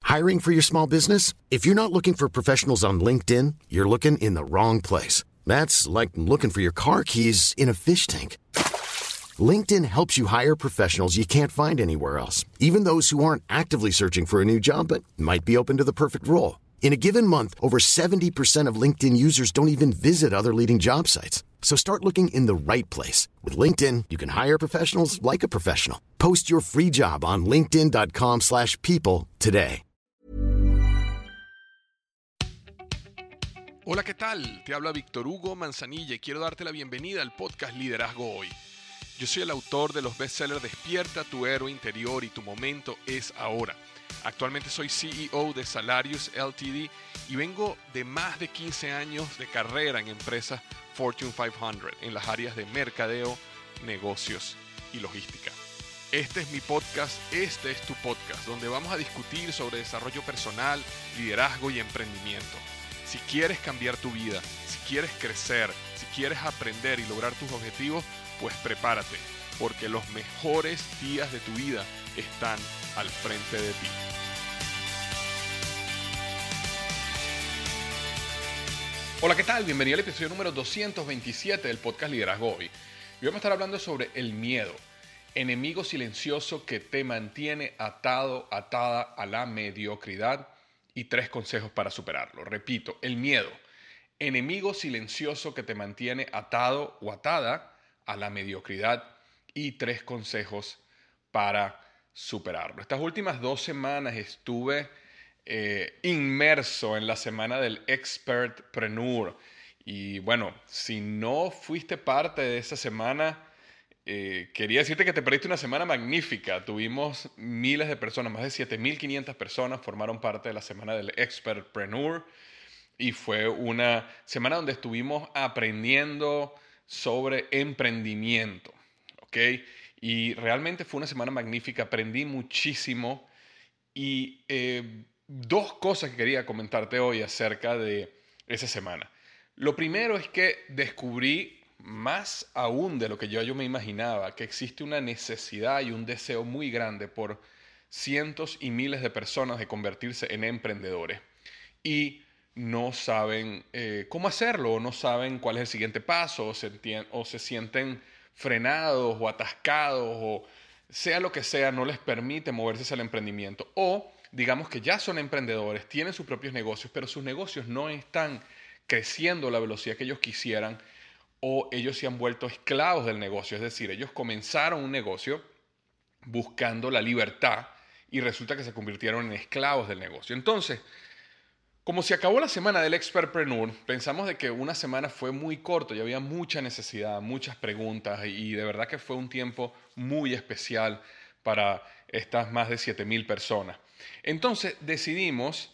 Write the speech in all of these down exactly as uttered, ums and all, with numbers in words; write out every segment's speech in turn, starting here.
Hiring for your small business? If you're not looking for professionals on LinkedIn, you're looking in the wrong place. That's like looking for your car keys in a fish tank. LinkedIn helps you hire professionals you can't find anywhere else, even those who aren't actively searching for a new job but might be open to the perfect role. In a given month, over seventy percent of LinkedIn users don't even visit other leading job sites. So start looking in the right place. With LinkedIn, you can hire professionals like a professional. Post your free job on linkedin dot com slash people today. Hola, ¿qué tal? Te habla Víctor Hugo Manzanilla y quiero darte la bienvenida al podcast Liderazgo Hoy. Yo soy el autor de los bestsellers Despierta tu héroe interior y tu momento es ahora. Actualmente soy C E O de Salarius Limited y vengo de más de quince años de carrera en empresas Fortune quinientos en las áreas de mercadeo, negocios y logística. Este es mi podcast, este es tu podcast, donde vamos a discutir sobre desarrollo personal, liderazgo y emprendimiento. Si quieres cambiar tu vida, si quieres crecer, si quieres aprender y lograr tus objetivos, pues prepárate, porque los mejores días de tu vida están al frente de ti. Hola, ¿qué tal? Bienvenido al episodio número doscientos veintisiete del podcast Liderazgo Hoy. Hoy vamos a estar hablando sobre el miedo, enemigo silencioso que te mantiene atado, atada a la mediocridad y tres consejos para superarlo. Repito, el miedo, enemigo silencioso que te mantiene atado o atada a la mediocridad y tres consejos para superarlo. Estas últimas dos semanas estuve eh, inmerso en la semana del Expertpreneur y bueno, si no fuiste parte de esa semana, eh, quería decirte que te perdiste una semana magnífica. Tuvimos miles de personas, más de siete mil quinientas personas formaron parte de la semana del Expertpreneur y fue una semana donde estuvimos aprendiendo sobre emprendimiento, ¿ok? Y realmente fue una semana magnífica, aprendí muchísimo y eh, dos cosas que quería comentarte hoy acerca de esa semana. Lo primero es que descubrí más aún de lo que yo, yo me imaginaba, que existe una necesidad y un deseo muy grande por cientos y miles de personas de convertirse en emprendedores y no saben eh, cómo hacerlo, o no saben cuál es el siguiente paso, o se, o se sienten frenados o atascados, o sea lo que sea, no les permite moverse hacia el emprendimiento. O digamos que ya son emprendedores, tienen sus propios negocios, pero sus negocios no están creciendo a la velocidad que ellos quisieran, o ellos se han vuelto esclavos del negocio. Es decir, ellos comenzaron un negocio buscando la libertad y resulta que se convirtieron en esclavos del negocio. Entonces, como se acabó la semana del Expertpreneur, pensamos de que una semana fue muy corto y había mucha necesidad, muchas preguntas y de verdad que fue un tiempo muy especial para estas más de siete mil personas. Entonces decidimos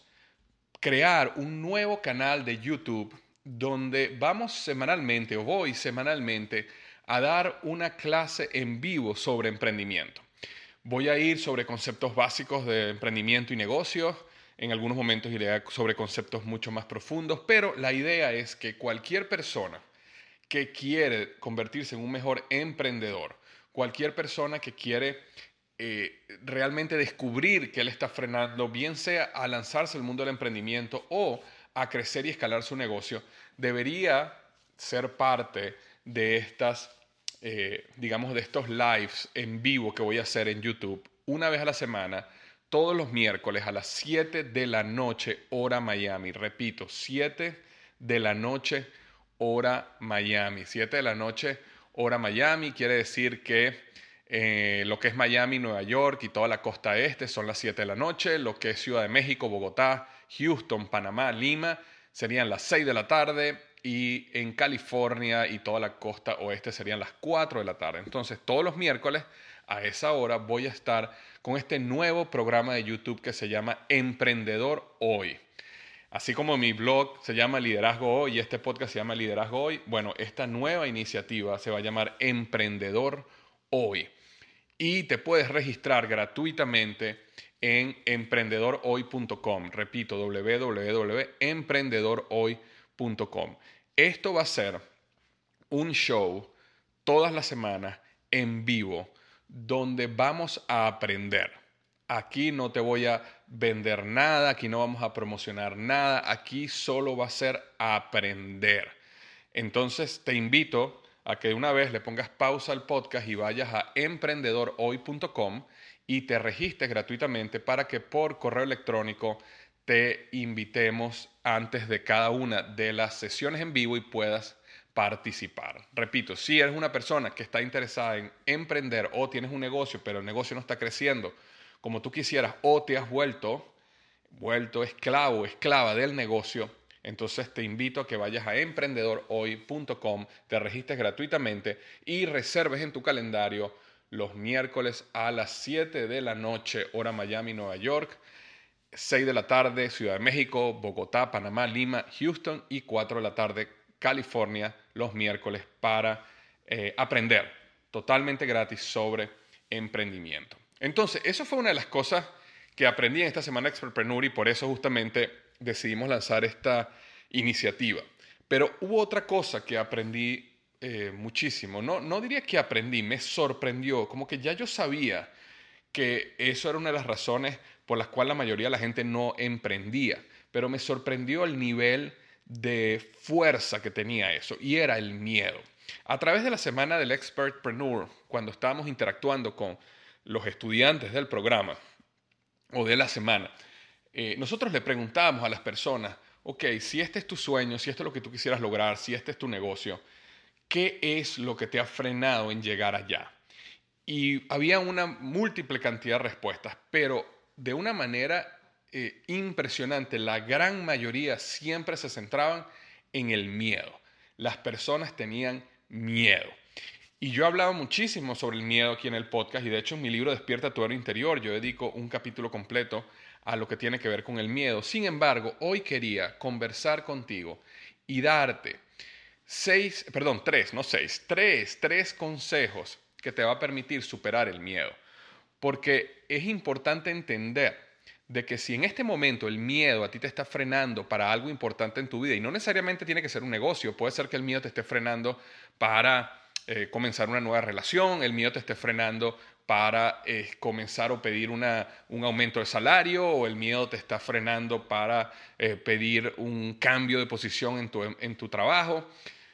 crear un nuevo canal de YouTube donde vamos semanalmente o voy semanalmente a dar una clase en vivo sobre emprendimiento. Voy a ir sobre conceptos básicos de emprendimiento y negocios. En algunos momentos iré sobre conceptos mucho más profundos, pero la idea es que cualquier persona que quiere convertirse en un mejor emprendedor, cualquier persona que quiere eh, realmente descubrir que él está frenando, bien sea a lanzarse al mundo del emprendimiento o a crecer y escalar su negocio, debería ser parte de estas, eh, digamos, de estos lives en vivo que voy a hacer en YouTube una vez a la semana, todos los miércoles a las siete de la noche, hora Miami. Repito, siete de la noche, hora Miami. siete de la noche, hora Miami. Quiere decir que eh, lo que es Miami, Nueva York y toda la costa este son las siete de la noche. Lo que es Ciudad de México, Bogotá, Houston, Panamá, Lima serían las seis de la tarde. Y en California y toda la costa oeste serían las cuatro de la tarde. Entonces, todos los miércoles a esa hora voy a estar con este nuevo programa de YouTube que se llama Emprendedor Hoy. Así como mi blog se llama Liderazgo Hoy y este podcast se llama Liderazgo Hoy, bueno, esta nueva iniciativa se va a llamar Emprendedor Hoy. Y te puedes registrar gratuitamente en emprendedor hoy punto com. Repito, w w w punto emprendedor hoy punto com. Esto va a ser un show todas las semanas en vivo donde vamos a aprender. Aquí no te voy a vender nada, aquí no vamos a promocionar nada, aquí solo va a ser aprender. Entonces te invito a que de una vez le pongas pausa al podcast y vayas a emprendedor hoy punto com y te registres gratuitamente para que por correo electrónico te invitemos antes de cada una de las sesiones en vivo y puedas participar. Repito, si eres una persona que está interesada en emprender o tienes un negocio, pero el negocio no está creciendo como tú quisieras o te has vuelto, vuelto esclavo, esclava del negocio, entonces te invito a que vayas a emprendedor hoy punto com, te registres gratuitamente y reserves en tu calendario los miércoles a las siete de la noche, hora Miami, Nueva York, seis de la tarde, Ciudad de México, Bogotá, Panamá, Lima, Houston y cuatro de la tarde, California, los miércoles para eh, aprender totalmente gratis sobre emprendimiento. Entonces, eso fue una de las cosas que aprendí en esta semana Expertpreneur y por eso justamente decidimos lanzar esta iniciativa. Pero hubo otra cosa que aprendí eh, muchísimo. No, no diría que aprendí, me sorprendió. Como que ya yo sabía que eso era una de las razones por las cuales la mayoría de la gente no emprendía. Pero me sorprendió el nivel de fuerza que tenía eso y era el miedo. A través de la semana del Expertpreneur, cuando estábamos interactuando con los estudiantes del programa o de la semana, eh, nosotros le preguntábamos a las personas, ok, si este es tu sueño, si esto es lo que tú quisieras lograr, si este es tu negocio, ¿qué es lo que te ha frenado en llegar allá? Y había una múltiple cantidad de respuestas, pero de una manera eh, impresionante, la gran mayoría siempre se centraban en el miedo. Las personas tenían miedo. Y yo he hablado muchísimo sobre el miedo aquí en el podcast y de hecho en mi libro Despierta tu héroe interior yo dedico un capítulo completo a lo que tiene que ver con el miedo. Sin embargo, hoy quería conversar contigo y darte seis, perdón, tres, no seis, tres, tres consejos que te va a permitir superar el miedo. Porque es importante entender de que si en este momento el miedo a ti te está frenando para algo importante en tu vida, y no necesariamente tiene que ser un negocio, puede ser que el miedo te esté frenando para eh, comenzar una nueva relación, el miedo te esté frenando para eh, comenzar o pedir una, un aumento de salario, o el miedo te está frenando para eh, pedir un cambio de posición en tu, en tu trabajo.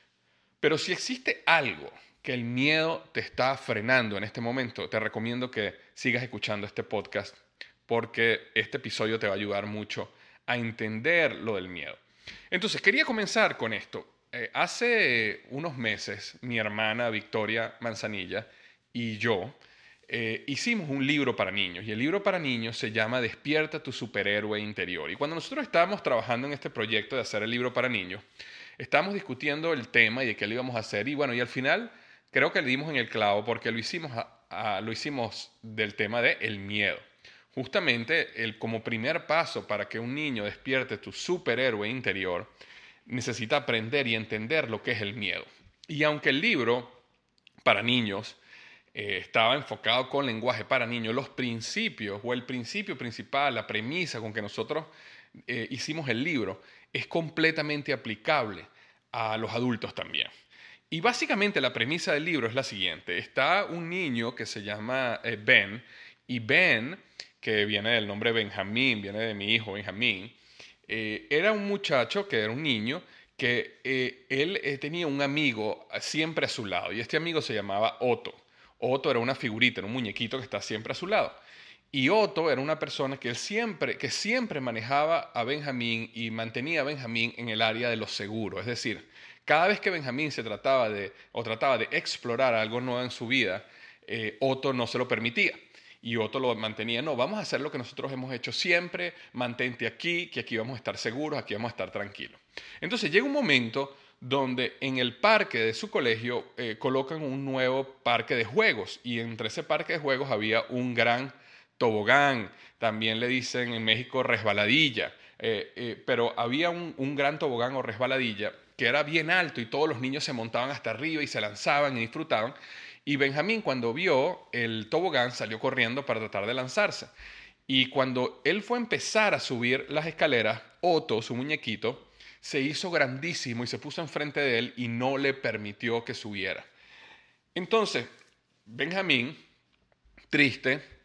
Pero si existe algo que el miedo te está frenando en este momento, te recomiendo que sigas escuchando este podcast porque este episodio te va a ayudar mucho a entender lo del miedo. Entonces, quería comenzar con esto. Eh, hace unos meses, mi hermana Victoria Manzanilla y yo eh, hicimos un libro para niños, y el libro para niños se llama Despierta tu superhéroe interior. Y cuando nosotros estábamos trabajando en este proyecto de hacer el libro para niños, estábamos discutiendo el tema y de qué lo íbamos a hacer, y bueno, y al final creo que le dimos en el clavo porque lo hicimos, a, a, lo hicimos del tema de el miedo. Justamente el, como primer paso para que un niño despierte tu superhéroe interior, necesita aprender y entender lo que es el miedo. Y aunque el libro para niños eh, estaba enfocado con lenguaje para niños, los principios o el principio principal, la premisa con que nosotros eh, hicimos el libro, es completamente aplicable a los adultos también. Y básicamente la premisa del libro es la siguiente. Está un niño que se llama eh, Ben, y Ben, que viene del nombre Benjamín, viene de mi hijo Benjamín, eh, era un muchacho que era un niño que eh, él eh, tenía un amigo siempre a su lado, y este amigo se llamaba Otto. Otto era una figurita, era un muñequito que está siempre a su lado. Y Otto era una persona que, él siempre, que siempre manejaba a Benjamín y mantenía a Benjamín en el área de los seguros. Es decir, cada vez que Benjamín se trataba de, o trataba de explorar algo nuevo en su vida, eh, Otto no se lo permitía. Y Otto lo mantenía, no, vamos a hacer lo que nosotros hemos hecho siempre, mantente aquí, que aquí vamos a estar seguros, aquí vamos a estar tranquilos. Entonces llega un momento donde en el parque de su colegio eh, colocan un nuevo parque de juegos, y entre ese parque de juegos había un gran tobogán, también le dicen en México resbaladilla, eh, eh, pero había un, un gran tobogán o resbaladilla que era bien alto y todos los niños se montaban hasta arriba y se lanzaban y disfrutaban. Y Benjamín, cuando vio el tobogán, salió corriendo para tratar de lanzarse. Y cuando él fue a empezar a subir las escaleras, Otto, su muñequito, se hizo grandísimo y se puso enfrente de él y no le permitió que subiera. Entonces, Benjamín, triste,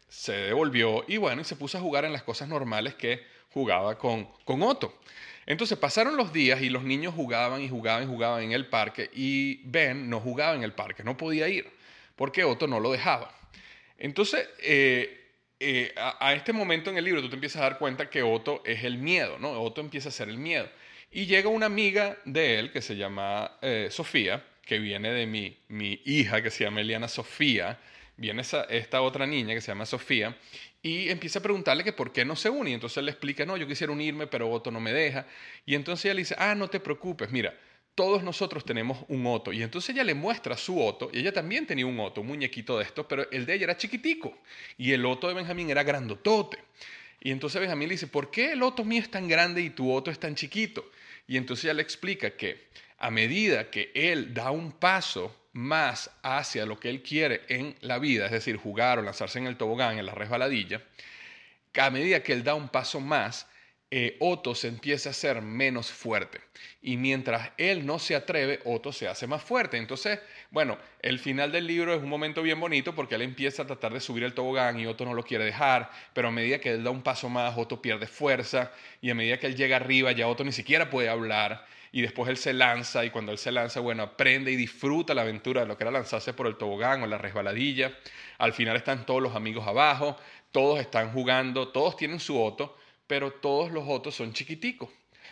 se devolvió y bueno, y se puso a jugar en las cosas normales que jugaba con, con Otto. Entonces pasaron los días y los niños jugaban y jugaban y jugaban en el parque y Ben no jugaba en el parque, no podía ir porque Otto no lo dejaba. Entonces, eh, eh, a, a este momento en el libro tú te empiezas a dar cuenta que Otto es el miedo, ¿no? Otto empieza a ser el miedo. Y llega una amiga de él que se llama eh, Sofía, que viene de mi, mi hija que se llama Eliana Sofía. Viene esa, esta otra niña que se llama Sofía y empieza a preguntarle que por qué no se une. Y entonces él le explica, no, yo quisiera unirme, pero Otto no me deja. Y entonces ella le dice, ah, no te preocupes, mira, todos nosotros tenemos un Otto. Y entonces ella le muestra su Otto, y ella también tenía un Otto, un muñequito de estos, pero el de ella era chiquitico. Y el Otto de Benjamín era grandotote. Y entonces Benjamín le dice, ¿por qué el Otto mío es tan grande y tu Otto es tan chiquito? Y entonces ella le explica que a medida que él da un paso más hacia lo que él quiere en la vida, es decir, jugar o lanzarse en el tobogán, en la resbaladilla, a medida que él da un paso más, eh, Otto se empieza a hacer menos fuerte. Y mientras él no se atreve, Otto se hace más fuerte. Entonces, bueno, el final del libro es un momento bien bonito porque él empieza a tratar de subir el tobogán y Otto no lo quiere dejar, pero a medida que él da un paso más, Otto pierde fuerza y a medida que él llega arriba, ya Otto ni siquiera puede hablar. Y después él se lanza y cuando él se lanza, bueno, aprende y disfruta la aventura de lo que era lanzarse por el tobogán o la resbaladilla. Al final están todos los amigos abajo, todos están jugando, todos tienen su Otto, pero todos los Ottos son chiquiticos.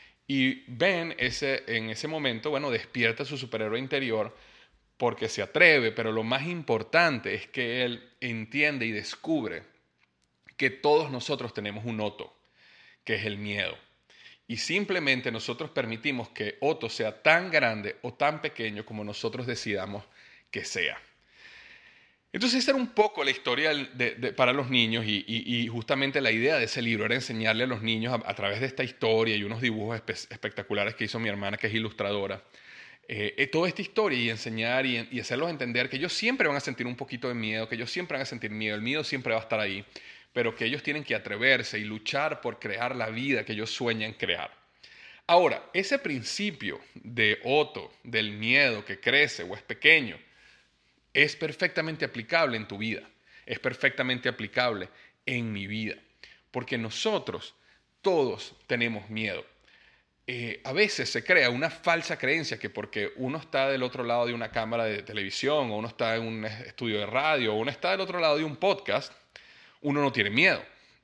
Y Ben ese, en ese momento, bueno, despierta su superhéroe interior porque se atreve, pero lo más importante es que él entiende y descubre que todos nosotros tenemos un Otto, que es el miedo. Y simplemente nosotros permitimos que Otto sea tan grande o tan pequeño como nosotros decidamos que sea. Entonces esa era un poco la historia de, de, para los niños y, y, y justamente la idea de ese libro era enseñarle a los niños a, a través de esta historia y unos dibujos espe espectaculares que hizo mi hermana que es ilustradora, eh, eh, toda esta historia y enseñar y, y hacerlos entender que ellos siempre van a sentir un poquito de miedo, que ellos siempre van a sentir miedo, el miedo siempre va a estar ahí, pero que ellos tienen que atreverse y luchar por crear la vida que ellos sueñan crear. Ahora, ese principio de Otto, del miedo que crece o es pequeño, es perfectamente aplicable en tu vida, es perfectamente aplicable en mi vida, porque nosotros todos tenemos miedo. Eh, a veces se crea una falsa creencia que porque uno está del otro lado de una cámara de televisión, o uno está en un estudio de radio, o uno está del otro lado de un podcast, uno no tiene miedo.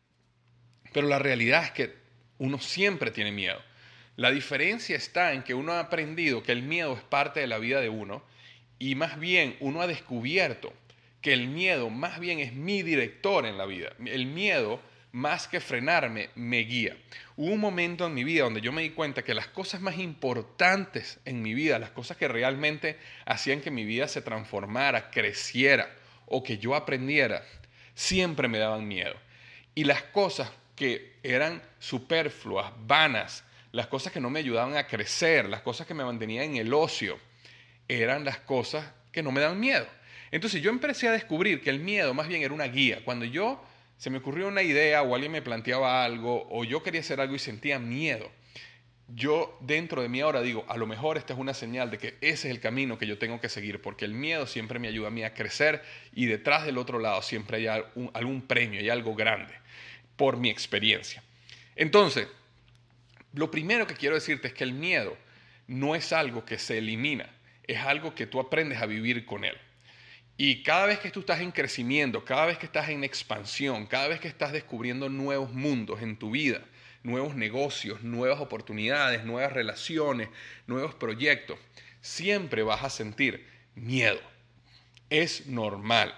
Pero la realidad es que uno siempre tiene miedo. La diferencia está en que uno ha aprendido que el miedo es parte de la vida de uno y más bien uno ha descubierto que el miedo más bien es mi director en la vida. El miedo, más que frenarme, me guía. Hubo un momento en mi vida donde yo me di cuenta que las cosas más importantes en mi vida, las cosas que realmente hacían que mi vida se transformara, creciera o que yo aprendiera, siempre me daban miedo. Y las cosas que eran superfluas, vanas, las cosas que no me ayudaban a crecer, las cosas que me mantenían en el ocio, eran las cosas que no me dan miedo. Entonces yo empecé a descubrir que el miedo más bien era una guía. Cuando yo se me ocurrió una idea o alguien me planteaba algo o yo quería hacer algo y sentía miedo, yo dentro de mí ahora digo, a lo mejor esta es una señal de que ese es el camino que yo tengo que seguir, porque el miedo siempre me ayuda a mí a crecer y detrás del otro lado siempre hay algún, algún premio, hay algo grande, por mi experiencia. Entonces, lo primero que quiero decirte es que el miedo no es algo que se elimina, es algo que tú aprendes a vivir con él. Y cada vez que tú estás en crecimiento, cada vez que estás en expansión, cada vez que estás descubriendo nuevos mundos en tu vida, nuevos negocios, nuevas oportunidades, nuevas relaciones, nuevos proyectos, siempre vas a sentir miedo. Es normal.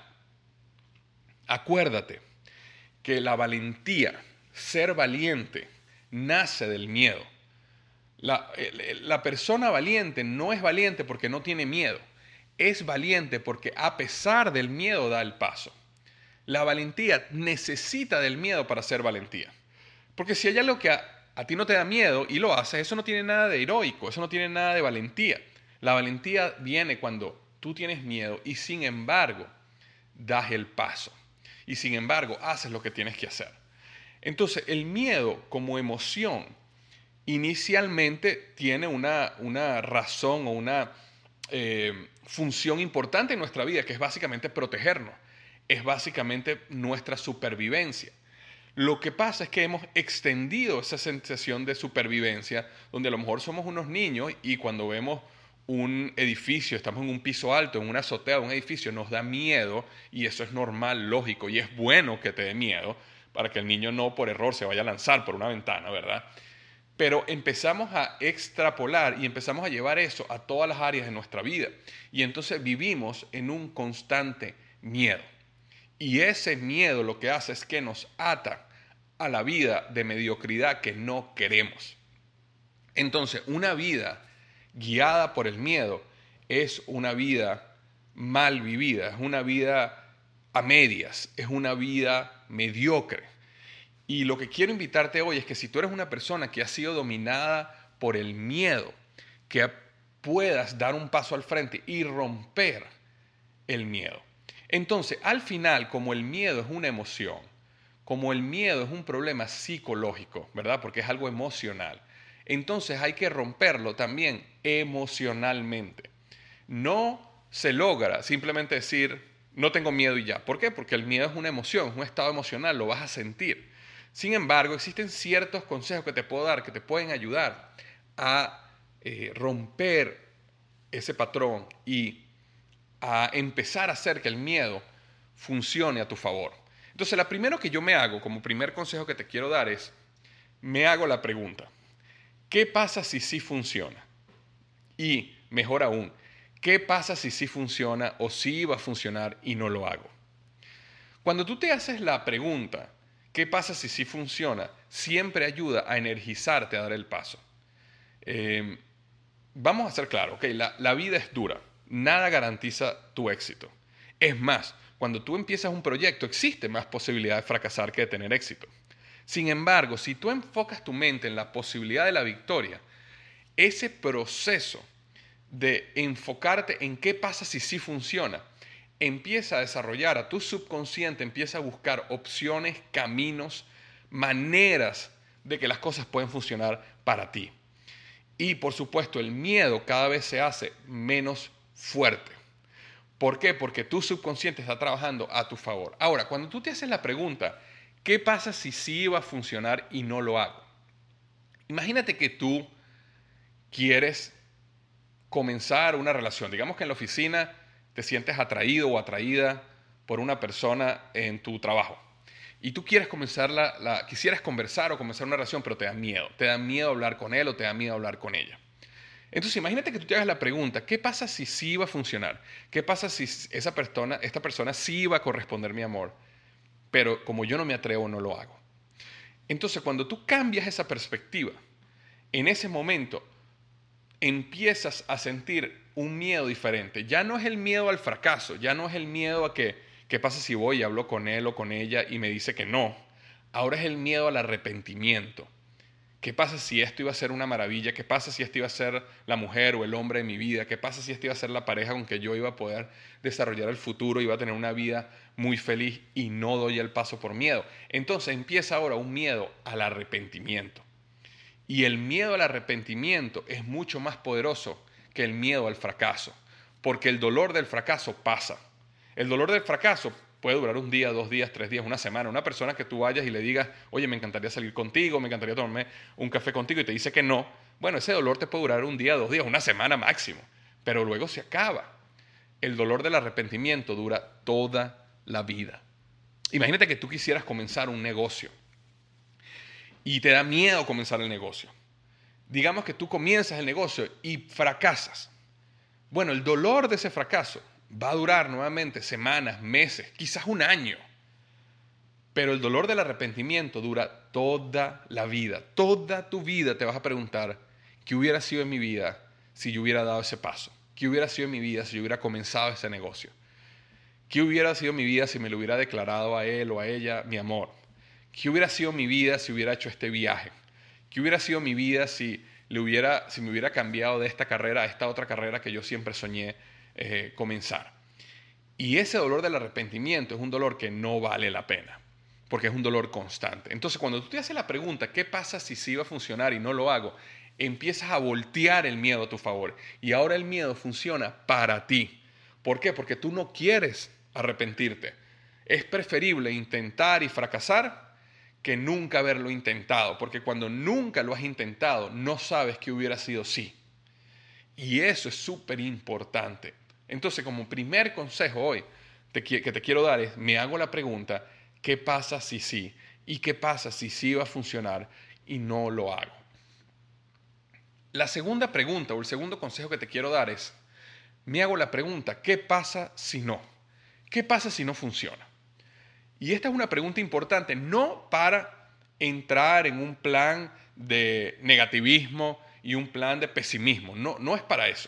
Acuérdate que la valentía, ser valiente, nace del miedo. La, la persona valiente no es valiente porque no tiene miedo. Es valiente porque a pesar del miedo da el paso. La valentía necesita del miedo para ser valentía. Porque si hay algo que a, a ti no te da miedo y lo haces, eso no tiene nada de heroico, eso no tiene nada de valentía. La valentía viene cuando tú tienes miedo y sin embargo das el paso. Y sin embargo haces lo que tienes que hacer. Entonces el miedo como emoción inicialmente tiene una, una razón o una... Eh, función importante en nuestra vida, que es básicamente protegernos. es básicamente nuestra supervivencia. Lo que pasa es que hemos extendido esa sensación de supervivencia, donde a lo mejor somos unos niños y cuando vemos un edificio, estamos en un piso alto, en una azotea de un edificio, nos da miedo y eso es normal, lógico, y es bueno que te dé miedo para que el niño no por error se vaya a lanzar por una ventana, ¿verdad? Pero empezamos a extrapolar y empezamos a llevar eso a todas las áreas de nuestra vida y entonces vivimos en un constante miedo. Y ese miedo lo que hace es que nos ata a la vida de mediocridad que no queremos. Entonces, una vida guiada por el miedo es una vida mal vivida, es una vida a medias, es una vida mediocre. Y lo que quiero invitarte hoy es que si tú eres una persona que ha sido dominada por el miedo, que puedas dar un paso al frente y romper el miedo. Entonces, al final, como el miedo es una emoción, como el miedo es un problema psicológico, ¿verdad? Porque es algo emocional. Entonces hay que romperlo también emocionalmente. No se logra simplemente decir, no tengo miedo y ya. ¿Por qué? Porque el miedo es una emoción, es un estado emocional, lo vas a sentir. Sin embargo, existen ciertos consejos que te puedo dar que te pueden ayudar a eh, romper ese patrón y a empezar a hacer que el miedo funcione a tu favor. Entonces, lo primero que yo me hago, como primer consejo que te quiero dar es, me hago la pregunta, ¿qué pasa si sí funciona? Y, mejor aún, ¿qué pasa si sí funciona o sí va a funcionar y no lo hago? Cuando tú te haces la pregunta, ¿qué pasa si sí funciona? Siempre ayuda a energizarte a dar el paso. Eh, vamos a ser claros, ¿ok? La, la vida es dura. Nada garantiza tu éxito. Es más, cuando tú empiezas un proyecto, existe más posibilidad de fracasar que de tener éxito. Sin embargo, si tú enfocas tu mente en la posibilidad de la victoria, ese proceso de enfocarte en qué pasa si sí funciona, empieza a desarrollar a tu subconsciente, empieza a buscar opciones, caminos, maneras de que las cosas pueden funcionar para ti. Y por supuesto, el miedo cada vez se hace menos fuerte. ¿Por qué? Porque tu subconsciente está trabajando a tu favor. Ahora, cuando tú te haces la pregunta, ¿qué pasa si sí va a funcionar y no lo hago? Imagínate que tú quieres comenzar una relación. Digamos que en la oficina te sientes atraído o atraída por una persona en tu trabajo. Y tú quieres comenzar la, la, quisieras conversar o comenzar una relación, pero te da miedo. Te da miedo hablar con él o te da miedo hablar con ella. Entonces, imagínate que tú te hagas la pregunta, ¿qué pasa si sí va a funcionar? ¿Qué pasa si esa persona, esta persona sí va a corresponder mi amor? Pero como yo no me atrevo, no lo hago. Entonces, cuando tú cambias esa perspectiva, en ese momento empiezas a sentir un miedo diferente. Ya no es el miedo al fracaso, ya no es el miedo a que, ¿qué pasa si voy y hablo con él o con ella y me dice que no? Ahora es el miedo al arrepentimiento. ¿Qué pasa si esto iba a ser una maravilla? ¿Qué pasa si esto iba a ser la mujer o el hombre de mi vida? ¿Qué pasa si esto iba a ser la pareja con que yo iba a poder desarrollar el futuro, iba a tener una vida muy feliz y no doy el paso por miedo? Entonces empieza ahora un miedo al arrepentimiento. Y el miedo al arrepentimiento es mucho más poderoso que el miedo al fracaso, porque el dolor del fracaso pasa. El dolor del fracaso puede durar un día, dos días, tres días, una semana. Una persona que tú vayas y le digas, oye, me encantaría salir contigo, me encantaría tomarme un café contigo y te dice que no. Bueno, ese dolor te puede durar un día, dos días, una semana máximo, pero luego se acaba. El dolor del arrepentimiento dura toda la vida. Imagínate que tú quisieras comenzar un negocio y te da miedo comenzar el negocio. Digamos que tú comienzas el negocio y fracasas. Bueno, el dolor de ese fracaso va a durar nuevamente semanas, meses, quizás un año. Pero el dolor del arrepentimiento dura toda la vida. Toda tu vida te vas a preguntar, ¿qué hubiera sido en mi vida si yo hubiera dado ese paso? ¿Qué hubiera sido en mi vida si yo hubiera comenzado ese negocio? ¿Qué hubiera sido mi vida si me lo hubiera declarado a él o a ella mi amor? ¿Qué hubiera sido mi vida si hubiera hecho este viaje? ¿Qué hubiera sido mi vida si, le hubiera, si me hubiera cambiado de esta carrera a esta otra carrera que yo siempre soñé eh, comenzar? Y ese dolor del arrepentimiento es un dolor que no vale la pena, porque es un dolor constante. Entonces, cuando tú te haces la pregunta, ¿qué pasa si sí va a funcionar y no lo hago? Empiezas a voltear el miedo a tu favor. Y ahora el miedo funciona para ti. ¿Por qué? Porque tú no quieres arrepentirte. Es preferible intentar y fracasar que nunca haberlo intentado, porque cuando nunca lo has intentado, no sabes qué hubiera sido sí. Y eso es súper importante. Entonces, como primer consejo hoy te, que te quiero dar es, me hago la pregunta, ¿qué pasa si sí? ¿Y qué pasa si sí va a funcionar y no lo hago? La segunda pregunta o el segundo consejo que te quiero dar es, me hago la pregunta, ¿qué pasa si no? ¿Qué pasa si no funciona? Y esta es una pregunta importante, no para entrar en un plan de negativismo y un plan de pesimismo, no, no es para eso.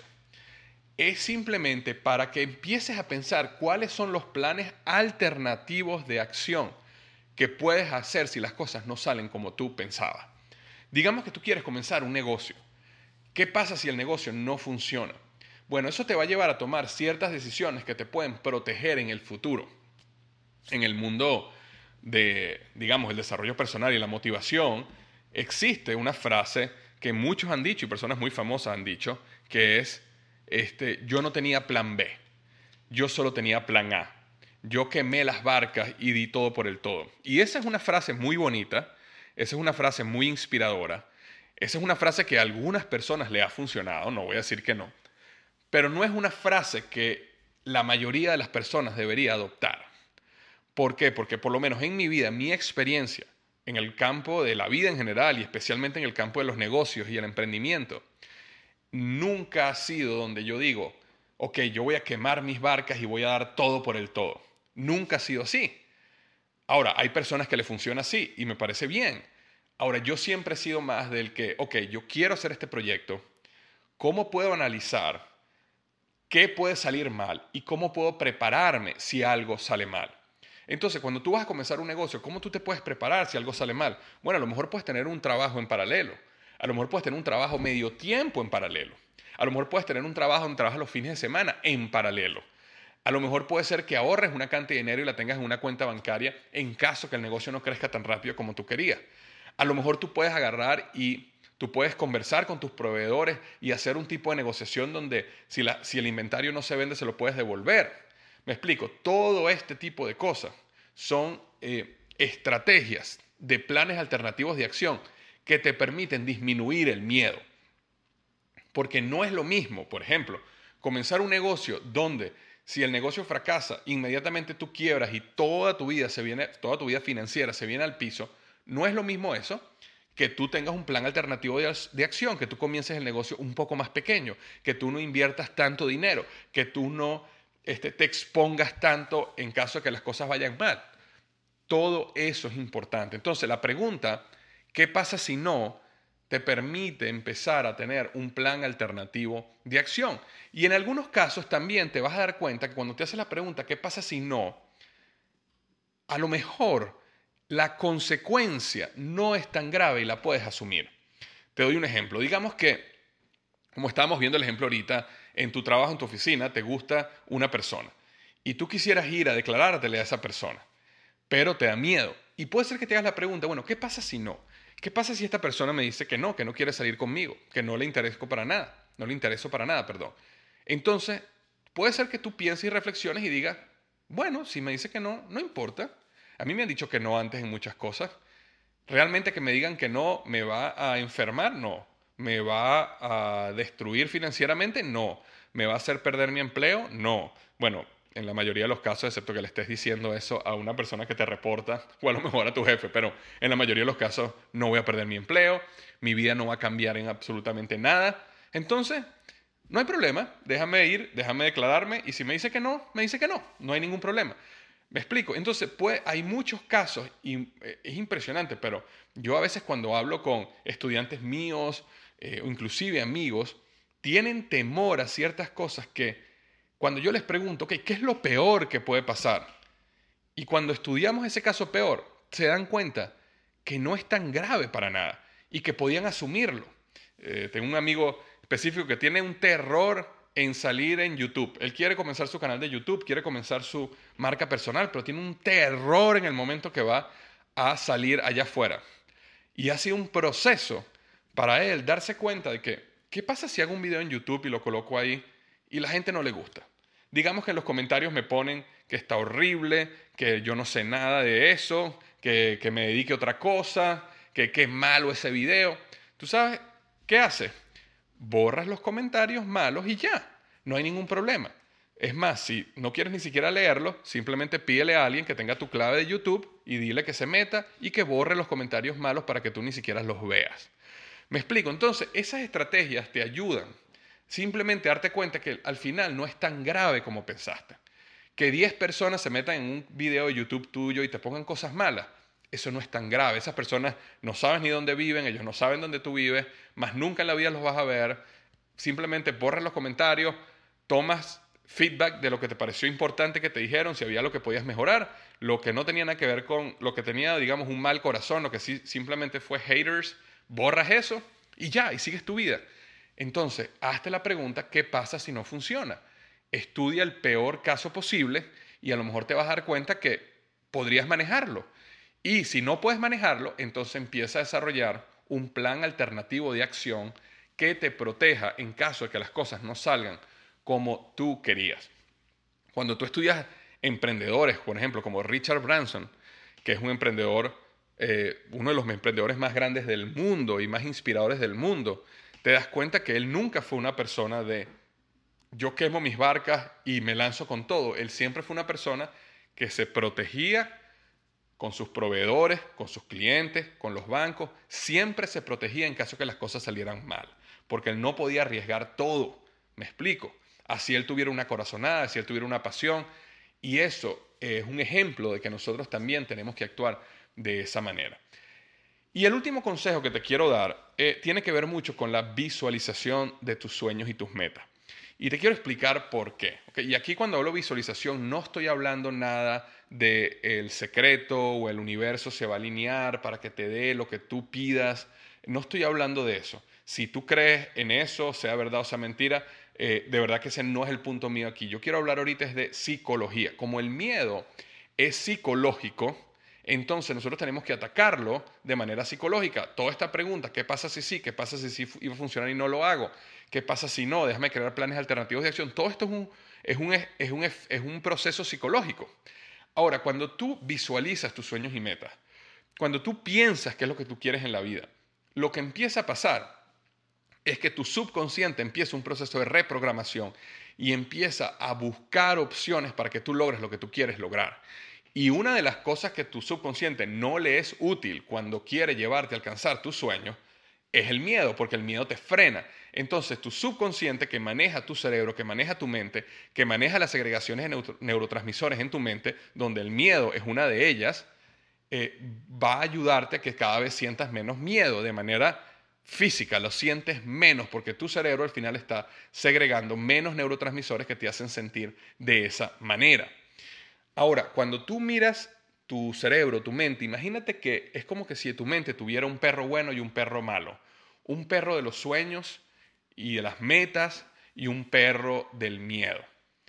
Es simplemente para que empieces a pensar cuáles son los planes alternativos de acción que puedes hacer si las cosas no salen como tú pensabas. Digamos que tú quieres comenzar un negocio. ¿Qué pasa si el negocio no funciona? Bueno, eso te va a llevar a tomar ciertas decisiones que te pueden proteger en el futuro. En el mundo de, digamos, el desarrollo personal y la motivación, existe una frase que muchos han dicho y personas muy famosas han dicho, que es, este, yo no tenía plan B, yo solo tenía plan A. Yo quemé las barcas y di todo por el todo. Y esa es una frase muy bonita, esa es una frase muy inspiradora, esa es una frase que a algunas personas le ha funcionado, no voy a decir que no, pero no es una frase que la mayoría de las personas debería adoptar. ¿Por qué? Porque por lo menos en mi vida, mi experiencia en el campo de la vida en general y especialmente en el campo de los negocios y el emprendimiento, nunca ha sido donde yo digo, ok, yo voy a quemar mis barcas y voy a dar todo por el todo. Nunca ha sido así. Ahora, hay personas que le funciona así y me parece bien. Ahora, yo siempre he sido más del que, ok, yo quiero hacer este proyecto, ¿cómo puedo analizar qué puede salir mal y cómo puedo prepararme si algo sale mal? Entonces, cuando tú vas a comenzar un negocio, ¿cómo tú te puedes preparar si algo sale mal? Bueno, a lo mejor puedes tener un trabajo en paralelo. A lo mejor puedes tener un trabajo medio tiempo en paralelo. A lo mejor puedes tener un trabajo donde trabajas los fines de semana en paralelo. A lo mejor puede ser que ahorres una cantidad de dinero y la tengas en una cuenta bancaria en caso que el negocio no crezca tan rápido como tú querías. A lo mejor tú puedes agarrar y tú puedes conversar con tus proveedores y hacer un tipo de negociación donde si, la, si el inventario no se vende se lo puedes devolver. Me explico, todo este tipo de cosas son eh, estrategias de planes alternativos de acción que te permiten disminuir el miedo. Porque no es lo mismo, por ejemplo, comenzar un negocio donde si el negocio fracasa, inmediatamente tú quiebras y toda tu vida se viene, toda tu vida financiera se viene al piso, no es lo mismo eso que tú tengas un plan alternativo de, de acción, que tú comiences el negocio un poco más pequeño, que tú no inviertas tanto dinero, que tú no este, te expongas tanto en caso de que las cosas vayan mal. Todo eso es importante. Entonces, la pregunta, ¿qué pasa si no?, te permite empezar a tener un plan alternativo de acción. Y en algunos casos también te vas a dar cuenta que cuando te haces la pregunta, ¿qué pasa si no?, a lo mejor la consecuencia no es tan grave y la puedes asumir. Te doy un ejemplo. Digamos que, como estábamos viendo el ejemplo ahorita, en tu trabajo, en tu oficina, te gusta una persona y tú quisieras ir a declarártele a esa persona, pero te da miedo. Y puede ser que te hagas la pregunta, bueno, ¿qué pasa si no? ¿Qué pasa si esta persona me dice que no, que no quiere salir conmigo, que no le intereso para nada, no le intereso para nada, perdón? Entonces, puede ser que tú pienses y reflexiones y digas, bueno, si me dice que no, no importa. A mí me han dicho que no antes en muchas cosas. ¿Realmente que me digan que no me va a enfermar? No. ¿Me va a destruir financieramente? No. ¿Me va a hacer perder mi empleo? No. Bueno, en la mayoría de los casos, excepto que le estés diciendo eso a una persona que te reporta, o a lo mejor a tu jefe, pero en la mayoría de los casos no voy a perder mi empleo, mi vida no va a cambiar en absolutamente nada. Entonces, no hay problema, déjame ir, déjame declararme, y si me dice que no, me dice que no, no hay ningún problema. ¿Me explico? Entonces, pues, hay muchos casos, y es impresionante, pero yo a veces cuando hablo con estudiantes míos, eh, o inclusive amigos, tienen temor a ciertas cosas que cuando yo les pregunto, okay, ¿qué es lo peor que puede pasar? Y cuando estudiamos ese caso peor, se dan cuenta que no es tan grave para nada y que podían asumirlo. Eh, tengo un amigo específico que tiene un terror en salir en YouTube. Él quiere comenzar su canal de YouTube, quiere comenzar su marca personal, pero tiene un terror en el momento que va a salir allá afuera. Y ha sido un proceso para él darse cuenta de que, ¿qué pasa si hago un video en YouTube y lo coloco ahí y la gente no le gusta? Digamos que en los comentarios me ponen que está horrible, que yo no sé nada de eso, que, que me dedique a otra cosa, que qué malo ese video. ¿Tú sabes qué haces? Borras los comentarios malos y ya, no hay ningún problema. Es más, si no quieres ni siquiera leerlo, simplemente pídele a alguien que tenga tu clave de YouTube y dile que se meta y que borre los comentarios malos para que tú ni siquiera los veas. Me explico, entonces esas estrategias te ayudan simplemente a darte cuenta que al final no es tan grave como pensaste. Que diez personas se metan en un video de YouTube tuyo y te pongan cosas malas, eso no es tan grave. Esas personas no sabes ni dónde viven, ellos no saben dónde tú vives, más nunca en la vida los vas a ver. Simplemente borras los comentarios, tomas feedback de lo que te pareció importante que te dijeron, si había lo que podías mejorar, lo que no tenía nada que ver con lo que tenía, digamos, un mal corazón, lo que sí simplemente fue haters, borras eso y ya, y sigues tu vida. Entonces, hazte la pregunta, ¿qué pasa si no funciona? Estudia el peor caso posible y a lo mejor te vas a dar cuenta que podrías manejarlo. Y si no puedes manejarlo, entonces empieza a desarrollar un plan alternativo de acción que te proteja en caso de que las cosas no salgan como tú querías. Cuando tú estudias emprendedores, por ejemplo, como Richard Branson, que es un emprendedor, eh, uno de los emprendedores más grandes del mundo y más inspiradores del mundo, te das cuenta que él nunca fue una persona de yo quemo mis barcas y me lanzo con todo. Él siempre fue una persona que se protegía con sus proveedores, con sus clientes, con los bancos. Siempre se protegía en caso de que las cosas salieran mal, porque él no podía arriesgar todo. ¿Me explico? Así él tuviera una corazonada, así él tuviera una pasión. Y eso es un ejemplo de que nosotros también tenemos que actuar de esa manera. Y el último consejo que te quiero dar eh, tiene que ver mucho con la visualización de tus sueños y tus metas. Y te quiero explicar por qué. ¿Okay? Y aquí cuando hablo visualización no estoy hablando nada de el secreto o el universo se va a alinear para que te dé lo que tú pidas. No estoy hablando de eso. Si tú crees en eso, sea verdad o sea mentira, eh, de verdad que ese no es el punto mío aquí. Yo quiero hablar ahorita es de psicología. Como el miedo es psicológico, entonces nosotros tenemos que atacarlo de manera psicológica. Toda esta pregunta, ¿qué pasa si sí? ¿Qué pasa si sí iba a funcionar y no lo hago? ¿Qué pasa si no? Déjame crear planes alternativos de acción. Todo esto es un, es un, es un, es un proceso psicológico. Ahora, cuando tú visualizas tus sueños y metas, cuando tú piensas qué es lo que tú quieres en la vida, lo que empieza a pasar es que tu subconsciente empieza un proceso de reprogramación y empieza a buscar opciones para que tú logres lo que tú quieres lograr. Y una de las cosas que tu subconsciente no le es útil cuando quiere llevarte a alcanzar tus sueños es el miedo, porque el miedo te frena. Entonces tu subconsciente que maneja tu cerebro, que maneja tu mente, que maneja las segregaciones de neuro neurotransmisores en tu mente, donde el miedo es una de ellas, eh, va a ayudarte a que cada vez sientas menos miedo de manera física, lo sientes menos porque tu cerebro al final está segregando menos neurotransmisores que te hacen sentir de esa manera. Ahora, cuando tú miras tu cerebro, tu mente, imagínate que es como que si tu mente tuviera un perro bueno y un perro malo. Un perro de los sueños y de las metas y un perro del miedo.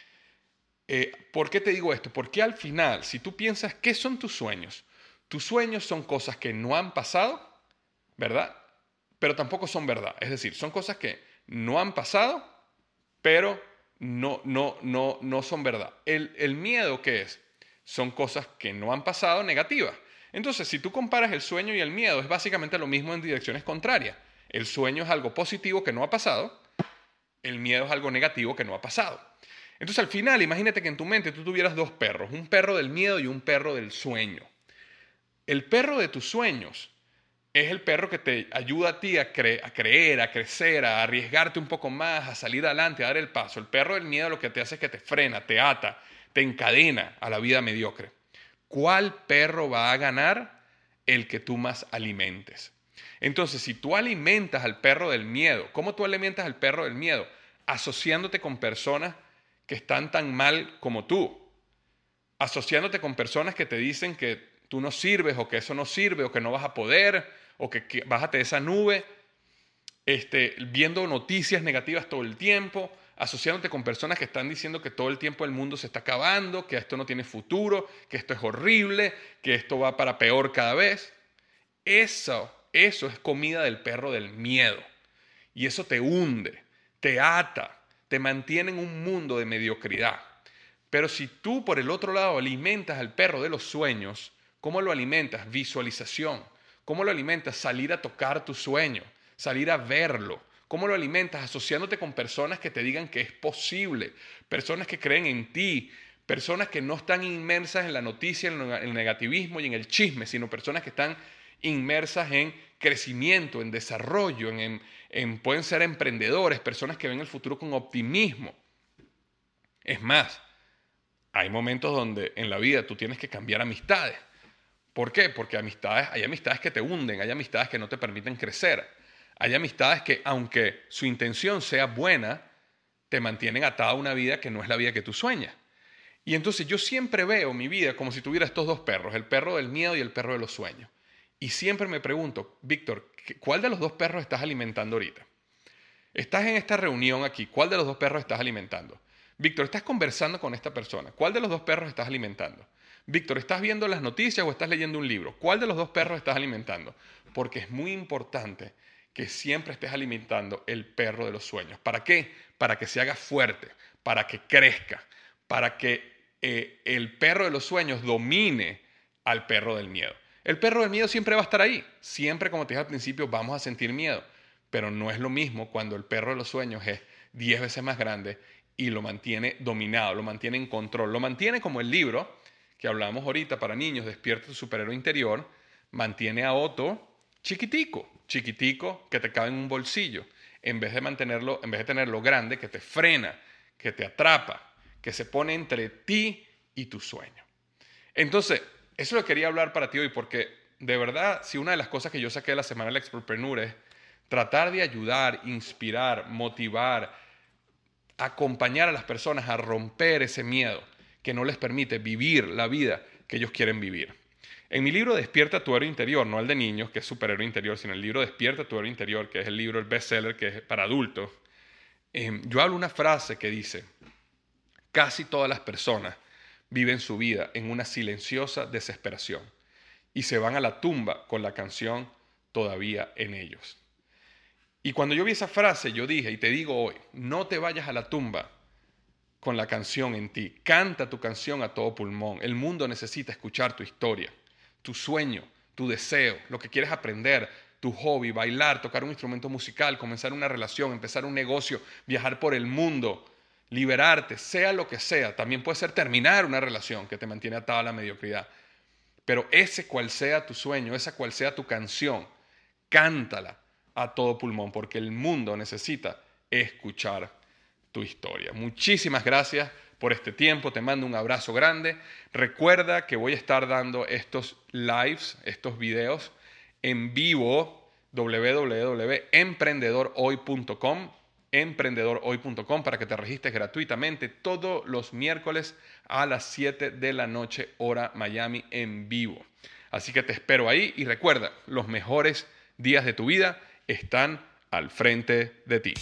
Eh, ¿Por qué te digo esto? Porque al final, si tú piensas, ¿qué son tus sueños? Tus sueños son cosas que no han pasado, ¿verdad? Pero tampoco son verdad. Es decir, son cosas que no han pasado, pero no, no, no, no son verdad. El, el miedo, ¿qué es? Son cosas que no han pasado negativas. Entonces, si tú comparas el sueño y el miedo, es básicamente lo mismo en direcciones contrarias. El sueño es algo positivo que no ha pasado, el miedo es algo negativo que no ha pasado. Entonces, al final, imagínate que en tu mente tú tuvieras dos perros, un perro del miedo y un perro del sueño. El perro de tus sueños es el perro que te ayuda a ti a, cre a creer, a crecer, a arriesgarte un poco más, a salir adelante, a dar el paso. El perro del miedo lo que te hace es que te frena, te ata, te encadena a la vida mediocre. ¿Cuál perro va a ganar? El que tú más alimentes. Entonces, si tú alimentas al perro del miedo, ¿cómo tú alimentas al perro del miedo? Asociándote con personas que están tan mal como tú. Asociándote con personas que te dicen que tú no sirves o que eso no sirve o que no vas a poder o que, que bájate de esa nube, este, viendo noticias negativas todo el tiempo, asociándote con personas que están diciendo que todo el tiempo el mundo se está acabando, que esto no tiene futuro, que esto es horrible, que esto va para peor cada vez. Eso, eso es comida del perro del miedo. Y eso te hunde, te ata, te mantiene en un mundo de mediocridad. Pero si tú por el otro lado alimentas al perro de los sueños, ¿cómo lo alimentas? Visualización. ¿Cómo lo alimentas? Salir a tocar tu sueño, salir a verlo. ¿Cómo lo alimentas? Asociándote con personas que te digan que es posible, personas que creen en ti, personas que no están inmersas en la noticia, en el negativismo y en el chisme, sino personas que están inmersas en crecimiento, en desarrollo, en, en, en pueden ser emprendedores, personas que ven el futuro con optimismo. Es más, hay momentos donde en la vida tú tienes que cambiar amistades. ¿Por qué? Porque amistades, hay amistades que te hunden, hay amistades que no te permiten crecer. Hay amistades que, aunque su intención sea buena, te mantienen atado a una vida que no es la vida que tú sueñas. Y entonces yo siempre veo mi vida como si tuviera estos dos perros, el perro del miedo y el perro de los sueños. Y siempre me pregunto, Víctor, ¿cuál de los dos perros estás alimentando ahorita? Estás en esta reunión aquí, ¿cuál de los dos perros estás alimentando? Víctor, estás conversando con esta persona, ¿cuál de los dos perros estás alimentando? Víctor, ¿estás viendo las noticias o estás leyendo un libro? ¿Cuál de los dos perros estás alimentando? Porque es muy importante que siempre estés alimentando el perro de los sueños. ¿Para qué? Para que se haga fuerte, para que crezca, para que eh, el perro de los sueños domine al perro del miedo. El perro del miedo siempre va a estar ahí. Siempre, como te dije al principio, vamos a sentir miedo. Pero no es lo mismo cuando el perro de los sueños es diez veces más grande y lo mantiene dominado, lo mantiene en control. Lo mantiene como el libro que hablamos ahorita para niños, Despierta tu superhéroe interior, mantiene a Otto chiquitico, chiquitico que te cabe en un bolsillo, en vez de mantenerlo, en vez de tenerlo grande, que te frena, que te atrapa, que se pone entre ti y tu sueño. Entonces, eso lo quería hablar para ti hoy porque, de verdad, si una de las cosas que yo saqué de la Semana del Expertpreneur es tratar de ayudar, inspirar, motivar, acompañar a las personas a romper ese miedo que no les permite vivir la vida que ellos quieren vivir. En mi libro Despierta tu héroe interior, no el de niños, que es superhéroe interior, sino el libro Despierta tu héroe interior, que es el libro, el bestseller, que es para adultos, eh, yo hablo una frase que dice, casi todas las personas viven su vida en una silenciosa desesperación y se van a la tumba con la canción todavía en ellos. Y cuando yo vi esa frase, yo dije, y te digo hoy, no te vayas a la tumba con la canción en ti. Canta tu canción a todo pulmón. El mundo necesita escuchar tu historia, tu sueño, tu deseo, lo que quieres aprender, tu hobby, bailar, tocar un instrumento musical, comenzar una relación, empezar un negocio, viajar por el mundo, liberarte, sea lo que sea. También puede ser terminar una relación que te mantiene atado a la mediocridad. Pero ese cual sea tu sueño, esa cual sea tu canción, cántala a todo pulmón, porque el mundo necesita escuchar tu historia. Muchísimas gracias por este tiempo, te mando un abrazo grande. Recuerda que voy a estar dando estos lives, estos videos en vivo, doble u doble u doble u punto emprendedor hoy punto com, emprendedor hoy punto com, para que te registres gratuitamente todos los miércoles a las siete de la noche, hora Miami, en vivo. Así que te espero ahí y recuerda, los mejores días de tu vida están al frente de ti.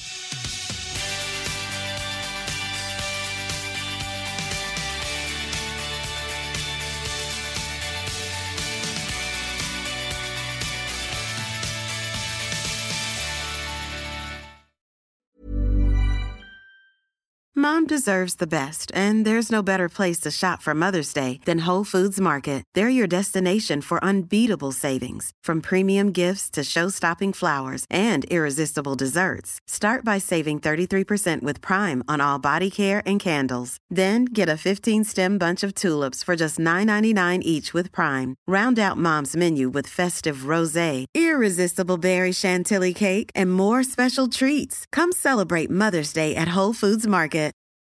Mom deserves the best, and there's no better place to shop for Mother's Day than Whole Foods Market. They're your destination for unbeatable savings, from premium gifts to show-stopping flowers and irresistible desserts. Start by saving thirty-three percent with Prime on all body care and candles. Then get a fifteen-stem bunch of tulips for just nine ninety-nine each with Prime. Round out Mom's menu with festive rosé, irresistible berry chantilly cake, and more special treats. Come celebrate Mother's Day at Whole Foods Market.